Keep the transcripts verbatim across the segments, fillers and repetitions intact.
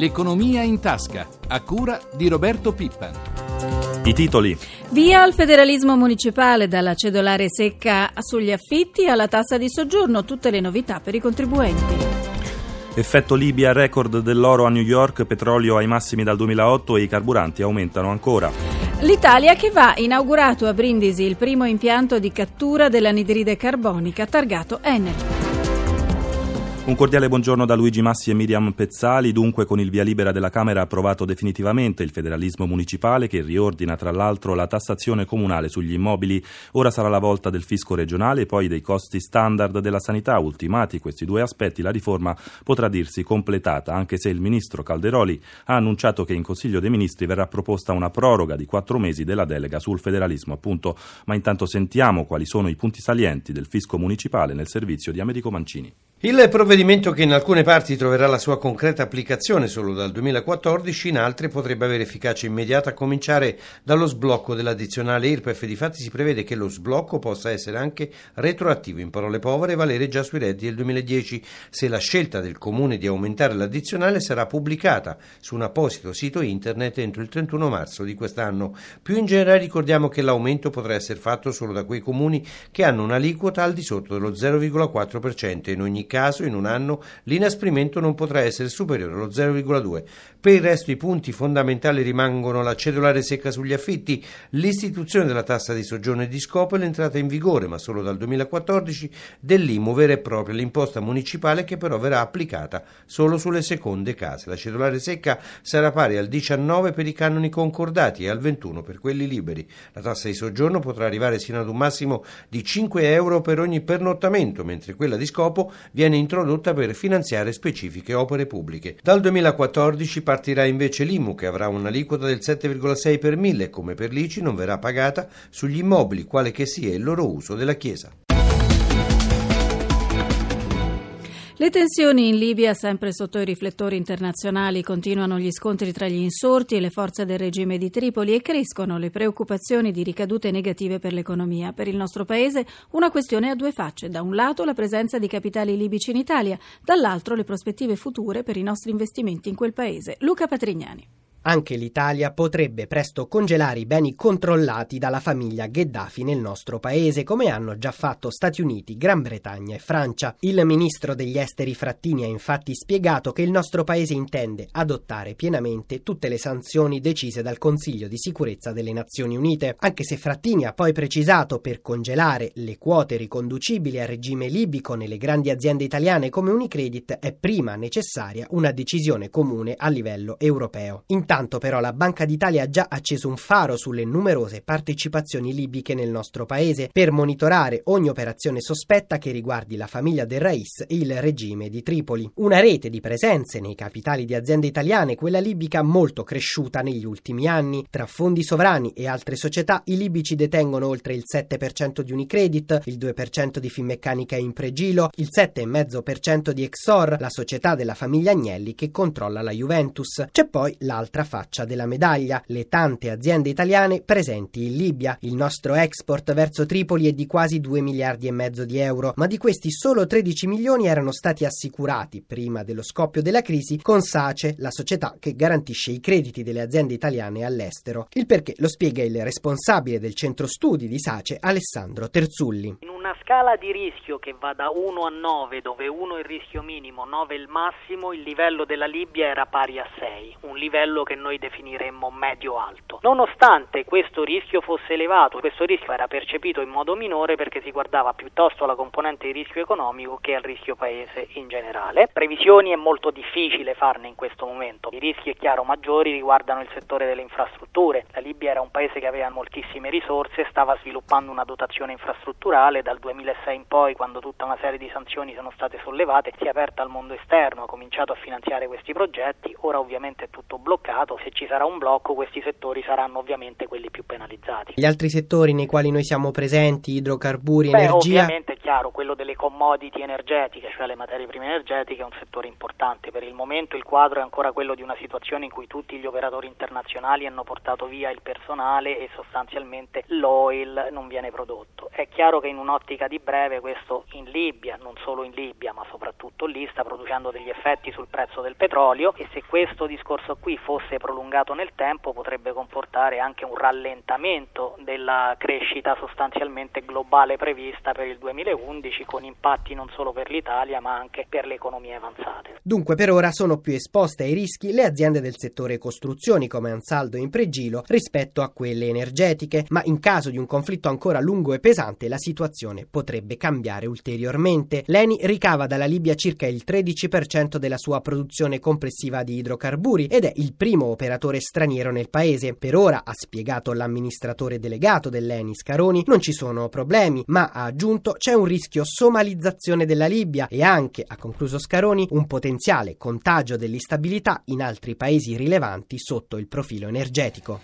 L'economia in tasca, a cura di Roberto Pippan. I titoli. Via al federalismo municipale, dalla cedolare secca sugli affitti alla tassa di soggiorno, tutte le novità per i contribuenti. Effetto Libia, record dell'oro a New York, petrolio ai massimi dal duemilaotto e i carburanti aumentano ancora. L'Italia che va, inaugurato a Brindisi il primo impianto di cattura dell'anidride carbonica targato Enel. Un cordiale buongiorno da Luigi Massi e Miriam Pezzali. Dunque, con il via libera della Camera approvato definitivamente il federalismo municipale che riordina tra l'altro la tassazione comunale sugli immobili. Ora sarà la volta del fisco regionale e poi dei costi standard della sanità. Ultimati questi due aspetti, la riforma potrà dirsi completata, anche se il ministro Calderoli ha annunciato che in Consiglio dei Ministri verrà proposta una proroga di quattro mesi della delega sul federalismo, appunto. Ma intanto sentiamo quali sono i punti salienti del fisco municipale nel servizio di Americo Mancini. Il provvedimento, che in alcune parti troverà la sua concreta applicazione solo dal duemilaquattordici, in altre potrebbe avere efficacia immediata, a cominciare dallo sblocco dell'addizionale I R P E F. Difatti si prevede che lo sblocco possa essere anche retroattivo, in parole povere valere già sui redditi del duemiladieci, se la scelta del Comune di aumentare l'addizionale sarà pubblicata su un apposito sito internet entro il trentuno marzo di quest'anno. Più in generale ricordiamo che l'aumento potrà essere fatto solo da quei comuni che hanno un'aliquota al di sotto dello zero virgola quattro per cento. In ogni caso, in un anno l'inasprimento non potrà essere superiore allo zero virgola due per cento. Per il resto i punti fondamentali rimangono la cedolare secca sugli affitti, l'istituzione della tassa di soggiorno e di scopo e l'entrata in vigore, ma solo dal duemilaquattordici, dell'I M U vera e propria, l'imposta municipale, che però verrà applicata solo sulle seconde case. La cedolare secca sarà pari al diciannove per i canoni concordati e al ventuno per quelli liberi. La tassa di soggiorno potrà arrivare sino ad un massimo di cinque euro per ogni pernottamento, mentre quella di scopo viene introdotta per finanziare specifiche opere pubbliche. Dal duemilaquattordici partirà invece l'I M U, che avrà un'aliquota del sette virgola sei per mille e, come per l'I C I, non verrà pagata sugli immobili, quale che sia il loro uso della Chiesa. Le tensioni in Libia, sempre sotto i riflettori internazionali, continuano gli scontri tra gli insorti e le forze del regime di Tripoli e crescono le preoccupazioni di ricadute negative per l'economia. Per il nostro paese una questione a due facce: da un lato la presenza di capitali libici in Italia, dall'altro le prospettive future per i nostri investimenti in quel paese. Luca Patrignani. Anche l'Italia potrebbe presto congelare i beni controllati dalla famiglia Gheddafi nel nostro paese, come hanno già fatto Stati Uniti, Gran Bretagna e Francia. Il ministro degli esteri Frattini ha infatti spiegato che il nostro paese intende adottare pienamente tutte le sanzioni decise dal Consiglio di sicurezza delle Nazioni Unite, anche se Frattini ha poi precisato: per congelare le quote riconducibili al regime libico nelle grandi aziende italiane come Unicredit è prima necessaria una decisione comune a livello europeo. Intanto Intanto però la Banca d'Italia ha già acceso un faro sulle numerose partecipazioni libiche nel nostro paese per monitorare ogni operazione sospetta che riguardi la famiglia del Rais e il regime di Tripoli. Una rete di presenze nei capitali di aziende italiane, quella libica, molto cresciuta negli ultimi anni. Tra fondi sovrani e altre società, i libici detengono oltre il sette per cento di Unicredit, il due per cento di Finmeccanica e Impregilo, il sette virgola cinque per cento di Exor, la società della famiglia Agnelli che controlla la Juventus. C'è poi l'altra faccia della medaglia: le tante aziende italiane presenti in Libia. Il nostro export verso Tripoli è di quasi due miliardi e mezzo di euro, ma di questi solo tredici milioni erano stati assicurati prima dello scoppio della crisi con SACE, la società che garantisce i crediti delle aziende italiane all'estero. Il perché lo spiega il responsabile del centro studi di SACE, Alessandro Terzulli. In una scala di rischio che va da uno a nove, dove uno è il rischio minimo, nove il massimo, il livello della Libia era pari a sei, un livello che noi definiremmo medio-alto. Nonostante questo rischio fosse elevato, questo rischio era percepito in modo minore perché si guardava piuttosto alla componente di rischio economico che al rischio paese in generale. Previsioni è molto difficile farne in questo momento. I rischi, è chiaro, maggiori riguardano il settore delle infrastrutture. La Libia era un paese che aveva moltissime risorse, stava sviluppando una dotazione infrastrutturale. Dal duemilasei in poi, quando tutta una serie di sanzioni sono state sollevate, si è aperta al mondo esterno, ha cominciato a finanziare questi progetti. Ora ovviamente è tutto bloccato passato, se ci sarà un blocco questi settori saranno ovviamente quelli più penalizzati. Gli altri settori nei quali noi siamo presenti, idrocarburi, Beh, energia? Ovviamente è chiaro, quello delle commodity energetiche, cioè le materie prime energetiche, è un settore importante. Per il momento il quadro è ancora quello di una situazione in cui tutti gli operatori internazionali hanno portato via il personale e sostanzialmente l'oil non viene prodotto. È chiaro che in un'ottica di breve questo in Libia, non solo in Libia ma soprattutto lì, sta producendo degli effetti sul prezzo del petrolio, e se questo discorso qui fosse prolungato nel tempo potrebbe comportare anche un rallentamento della crescita sostanzialmente globale prevista per il duemilaundici, con impatti non solo per l'Italia ma anche per le economie avanzate. Dunque per ora sono più esposte ai rischi le aziende del settore costruzioni come Ansaldo e Impregilo rispetto a quelle energetiche, ma in caso di un conflitto ancora lungo e pesante la situazione potrebbe cambiare ulteriormente. L'Eni ricava dalla Libia circa il tredici per cento della sua produzione complessiva di idrocarburi ed è il primo operatore straniero nel paese. Per ora, ha spiegato l'amministratore delegato dell'Eni Scaroni, non ci sono problemi, ma ha aggiunto c'è un rischio somalizzazione della Libia e anche, ha concluso Scaroni, un potenziale contagio dell'instabilità in altri paesi rilevanti sotto il profilo energetico.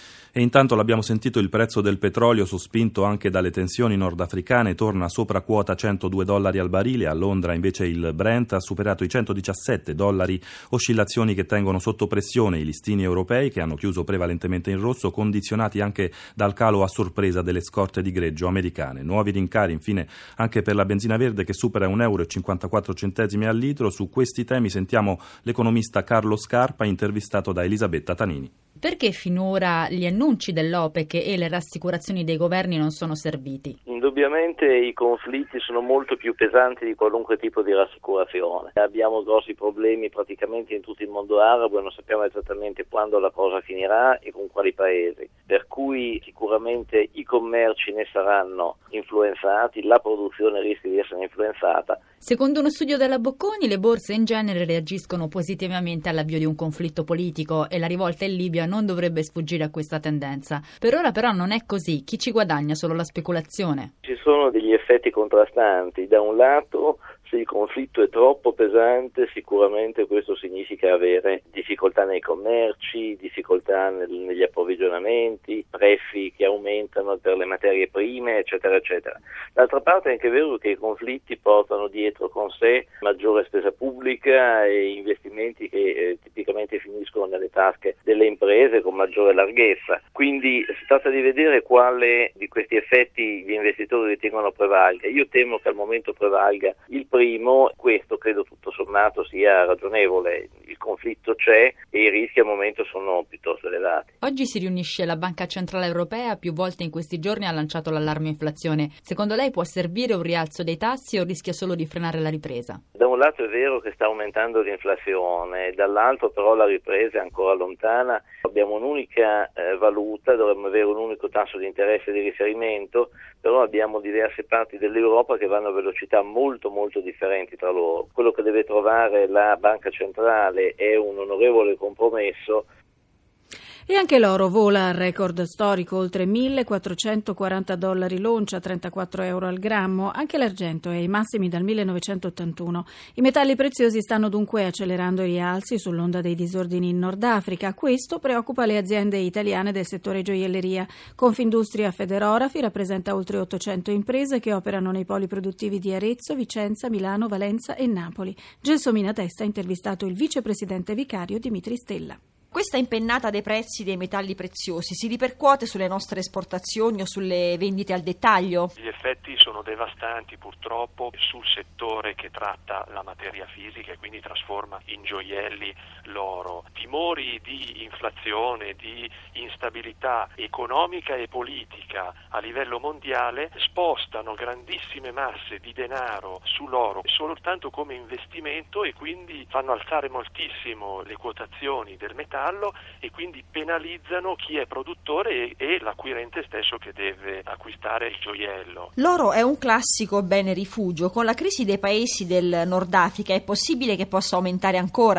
E intanto l'abbiamo sentito, il prezzo del petrolio, sospinto anche dalle tensioni nordafricane, torna sopra quota centodue dollari al barile. A Londra invece il Brent ha superato i centodiciassette dollari, oscillazioni che tengono sotto pressione i listini europei, che hanno chiuso prevalentemente in rosso, condizionati anche dal calo a sorpresa delle scorte di greggio americane. Nuovi rincari infine anche per la benzina verde, che supera un euro e cinquantaquattro centesimi al litro. Su questi temi sentiamo l'economista Carlo Scarpa, intervistato da Elisabetta Tanini. Perché finora gli annunci dell'OPEC e le rassicurazioni dei governi non sono serviti? Indubbiamente i conflitti sono molto più pesanti di qualunque tipo di rassicurazione. Abbiamo grossi problemi praticamente in tutto il mondo arabo e non sappiamo esattamente quando la cosa finirà e con quali paesi. Per cui sicuramente i commerci ne saranno influenzati, la produzione rischia di essere influenzata. Secondo uno studio della Bocconi, le borse in genere reagiscono positivamente all'avvio di un conflitto politico e la rivolta in Libia non dovrebbe sfuggire a questa tendenza. Per ora però non è così. Chi ci guadagna? Solo la speculazione. Ci sono degli effetti contrastanti. Da un lato, se il conflitto è troppo pesante, sicuramente questo significa avere difficoltà nei commerci, difficoltà nel, negli approvvigionamenti, prezzi che aumentano per le materie prime, eccetera, eccetera. D'altra parte è anche vero che i conflitti portano dietro con sé maggiore spesa pubblica e investimenti che eh, tipicamente finiscono nelle tasche delle imprese con maggiore larghezza. Quindi si tratta di vedere quale di questi effetti gli investitori ritengono prevalga. Io temo che al momento prevalga il primo, questo credo tutto sommato sia ragionevole. Il conflitto c'è e i rischi al momento sono piuttosto elevati. Oggi si riunisce la Banca Centrale Europea, più volte in questi giorni ha lanciato l'allarme inflazione. Secondo lei può servire un rialzo dei tassi o rischia solo di frenare la ripresa? Da un lato è vero che sta aumentando l'inflazione, dall'altro però la ripresa è ancora lontana. Abbiamo un'unica eh, valuta, dovremmo avere un unico tasso di interesse di riferimento, però abbiamo diverse parti dell'Europa che vanno a velocità molto molto differenti tra loro. Quello che deve trovare la Banca Centrale è un onorevole compromesso. E anche l'oro vola al record storico, oltre millequattrocentoquaranta dollari l'oncia, trentaquattro euro al grammo. Anche l'argento è ai massimi dal millenovecentottantuno. I metalli preziosi stanno dunque accelerando i rialzi sull'onda dei disordini in Nord Africa. Questo preoccupa le aziende italiane del settore gioielleria. Confindustria Federografi rappresenta oltre ottocento imprese che operano nei poli produttivi di Arezzo, Vicenza, Milano, Valenza e Napoli. Gelsomina Testa ha intervistato il vicepresidente vicario Dimitri Stella. Questa impennata dei prezzi dei metalli preziosi si ripercuote sulle nostre esportazioni o sulle vendite al dettaglio? Gli effetti sono devastanti purtroppo sul settore che tratta la materia fisica e quindi trasforma in gioielli l'oro. Timori di inflazione, di instabilità economica e politica a livello mondiale spostano grandissime masse di denaro sull'oro soltanto come investimento e quindi fanno alzare moltissimo le quotazioni del metallo e quindi penalizzano chi è produttore e, e l'acquirente stesso che deve acquistare il gioiello. L'oro è un classico bene rifugio. Con la crisi dei paesi del Nord Africa è possibile che possa aumentare ancora?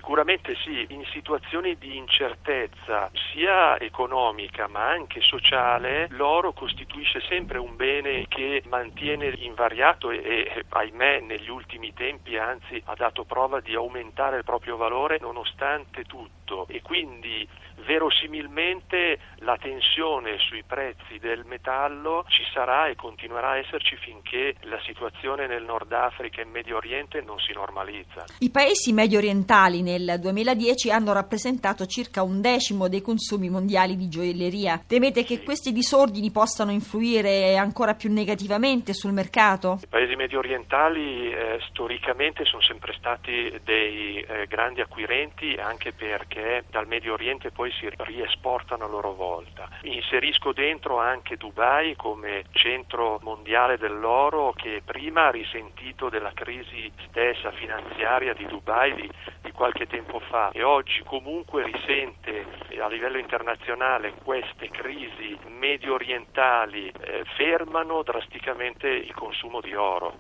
Sicuramente sì, in situazioni di incertezza sia economica ma anche sociale, l'oro costituisce sempre un bene che mantiene invariato e, e ahimè negli ultimi tempi anzi ha dato prova di aumentare il proprio valore nonostante tutto, e quindi verosimilmente la tensione sui prezzi del metallo ci sarà e continuerà a esserci finché la situazione nel Nord Africa e Medio Oriente non si normalizza. I paesi medio orientali nel duemiladieci hanno rappresentato circa un decimo dei consumi mondiali di gioielleria. Temete che questi disordini possano influire ancora più negativamente sul mercato? I paesi medio orientali eh, storicamente sono sempre stati dei eh, grandi acquirenti, anche perché dal Medio Oriente poi si riesportano a loro volta. Inserisco dentro anche Dubai come centro mondiale dell'oro, che prima ha risentito della crisi stessa finanziaria di Dubai di, di qualche tempo fa, e oggi comunque risente a livello internazionale queste crisi medio orientali eh, fermano drasticamente il consumo di oro.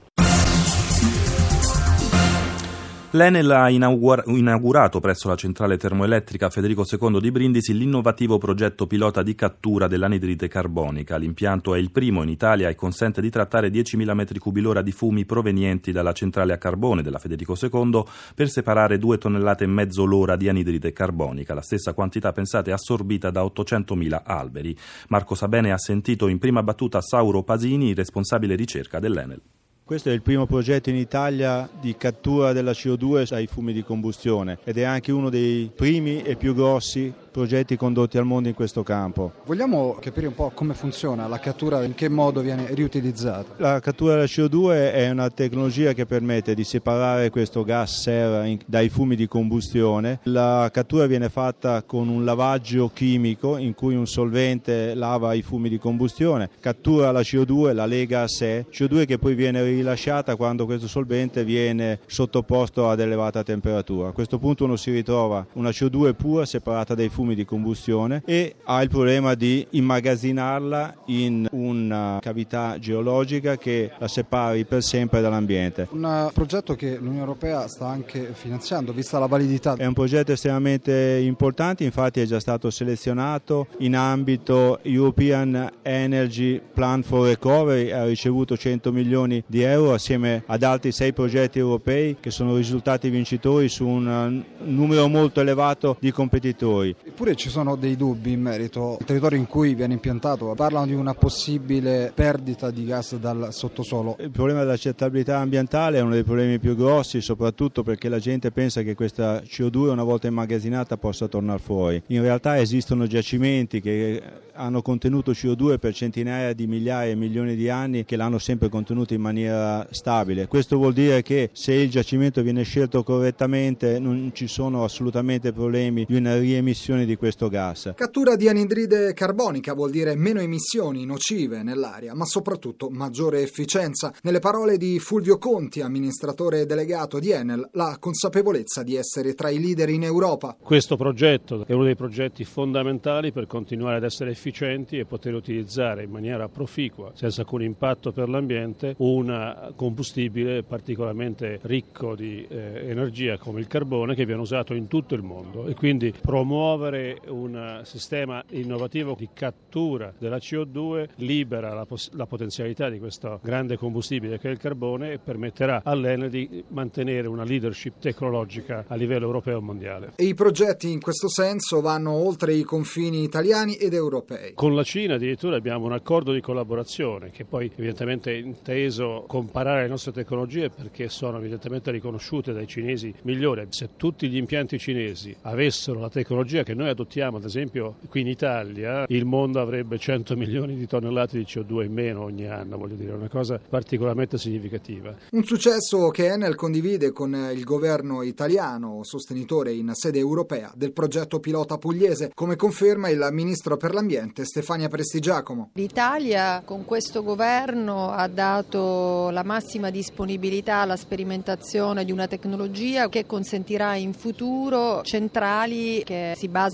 L'Enel ha inaugurato presso la centrale termoelettrica Federico secondo di Brindisi l'innovativo progetto pilota di cattura dell'anidride carbonica. L'impianto è il primo in Italia e consente di trattare diecimila metri cubi l'ora di fumi provenienti dalla centrale a carbone della Federico secondo per separare due tonnellate e mezzo l'ora di anidride carbonica, la stessa quantità, pensate, assorbita da ottocentomila alberi. Marco Sabene ha sentito in prima battuta Sauro Pasini, responsabile ricerca dell'Enel. Questo è il primo progetto in Italia di cattura della C O due dai fumi di combustione ed è anche uno dei primi e più grossi progetti condotti al mondo in questo campo. Vogliamo capire un po' come funziona la cattura, in che modo viene riutilizzata? La cattura della C O due è una tecnologia che permette di separare questo gas serra dai fumi di combustione. La cattura viene fatta con un lavaggio chimico in cui un solvente lava i fumi di combustione, cattura la C O due, la lega a sé, C O due che poi viene rilasciata quando questo solvente viene sottoposto ad elevata temperatura. A questo punto uno si ritrova una C O due pura separata dai fumi di combustione e ha il problema di immagazzinarla in una cavità geologica che la separi per sempre dall'ambiente. Un progetto che l'Unione Europea sta anche finanziando, vista la validità. È un progetto estremamente importante, infatti è già stato selezionato in ambito European Energy Plan for Recovery, ha ricevuto cento milioni di euro assieme ad altri sei progetti europei che sono risultati vincitori su un numero molto elevato di competitori. Eppure ci sono dei dubbi in merito al territorio in cui viene impiantato. Parlano di una possibile perdita di gas dal sottosuolo. Il problema dell'accettabilità ambientale è uno dei problemi più grossi, soprattutto perché la gente pensa che questa C O due una volta immagazzinata possa tornare fuori. In realtà esistono giacimenti che hanno contenuto C O due per centinaia di migliaia e milioni di anni, che l'hanno sempre contenuta in maniera stabile. Questo vuol dire che se il giacimento viene scelto correttamente non ci sono assolutamente problemi di una riemissione di questo gas. Cattura di anidride carbonica vuol dire meno emissioni nocive nell'aria, ma soprattutto maggiore efficienza. Nelle parole di Fulvio Conti, amministratore delegato di Enel, la consapevolezza di essere tra i leader in Europa. Questo progetto è uno dei progetti fondamentali per continuare ad essere efficienti e poter utilizzare in maniera proficua, senza alcun impatto per l'ambiente, un combustibile particolarmente ricco di eh, energia come il carbone, che viene usato in tutto il mondo, e quindi promuovere un sistema innovativo di cattura della C O due libera la, pos- la potenzialità di questo grande combustibile che è il carbone e permetterà all'Enel di mantenere una leadership tecnologica a livello europeo e mondiale. E i progetti in questo senso vanno oltre i confini italiani ed europei. Con la Cina addirittura abbiamo un accordo di collaborazione che poi evidentemente è inteso comparare le nostre tecnologie perché sono evidentemente riconosciute dai cinesi migliori. Se tutti gli impianti cinesi avessero la tecnologia che noi adottiamo, ad esempio qui in Italia, il mondo avrebbe cento milioni di tonnellate di C O due in meno ogni anno, voglio dire, una cosa particolarmente significativa. Un successo che Enel condivide con il governo italiano, sostenitore in sede europea del progetto pilota pugliese, come conferma il ministro per l'ambiente Stefania Prestigiacomo. L'Italia con questo governo ha dato la massima disponibilità alla sperimentazione di una tecnologia che consentirà in futuro centrali che si basano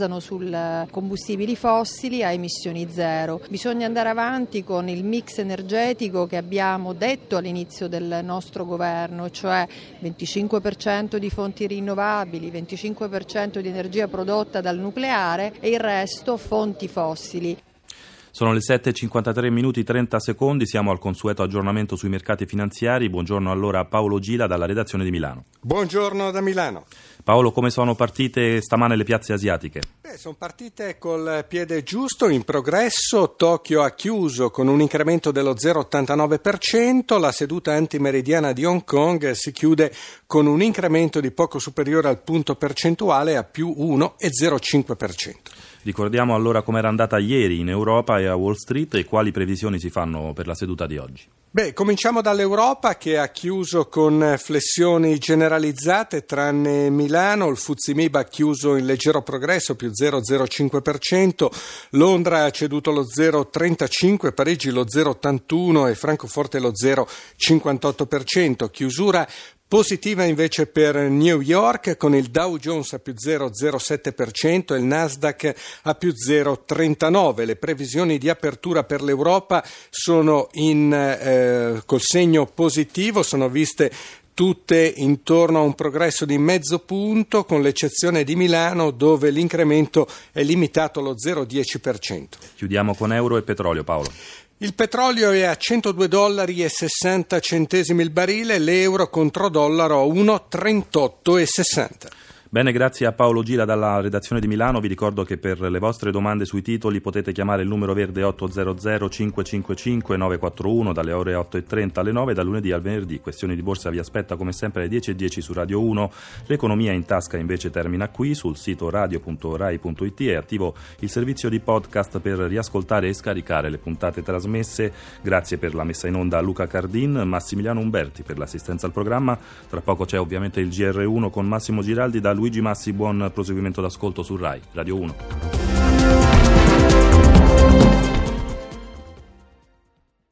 basano sul combustibili fossili a emissioni zero. Bisogna andare avanti con il mix energetico che abbiamo detto all'inizio del nostro governo, cioè venticinque per cento di fonti rinnovabili, venticinque per cento di energia prodotta dal nucleare e il resto fonti fossili. Sono le sette e cinquantatré minuti trenta secondi, siamo al consueto aggiornamento sui mercati finanziari. Buongiorno allora a Paolo Gila dalla redazione di Milano. Buongiorno da Milano. Paolo, come sono partite stamane le piazze asiatiche? Beh, sono partite col piede giusto, in progresso. Tokyo ha chiuso con un incremento dello zero virgola ottantanove per cento, la seduta antimeridiana di Hong Kong si chiude con un incremento di poco superiore al punto percentuale a più uno virgola zero cinque per cento. Ricordiamo allora com'era andata ieri in Europa e a Wall Street e quali previsioni si fanno per la seduta di oggi. Beh, cominciamo dall'Europa che ha chiuso con flessioni generalizzate tranne Milano. Il F T S E M I B ha chiuso in leggero progresso, più zero virgola zero cinque per cento, Londra ha ceduto lo zero virgola trentacinque per cento, Parigi lo zero virgola ottantuno per cento e Francoforte lo zero virgola cinquantotto per cento. Chiusura positiva invece per New York con il Dow Jones a più zero virgola zero sette per cento e il Nasdaq a più zero virgola trentanove per cento. Le previsioni di apertura per l'Europa sono in, eh, col segno positivo, sono viste tutte intorno a un progresso di mezzo punto, con l'eccezione di Milano dove l'incremento è limitato allo zero virgola dieci per cento. Chiudiamo con euro e petrolio, Paolo. Il petrolio è a centodue dollari e sessanta centesimi il barile, l'euro contro dollaro a uno virgola trentotto e sessanta. Bene, grazie a Paolo Gila dalla redazione di Milano. Vi ricordo che per le vostre domande sui titoli potete chiamare il numero verde otto zero zero cinque cinque cinque nove quattro uno dalle ore otto e trenta alle nove, dal lunedì al venerdì. Questioni di borsa vi aspetta come sempre alle dieci e dieci su Radio uno. L'economia in tasca invece termina qui. Sul sito radio punto rai punto it è attivo il servizio di podcast per riascoltare e scaricare le puntate trasmesse. Grazie per la messa in onda a Luca Cardin, Massimiliano Umberti per l'assistenza al programma. Tra poco c'è ovviamente il G R uno con Massimo Giraldi. Da Luigi Massi, buon proseguimento d'ascolto su Rai Radio uno.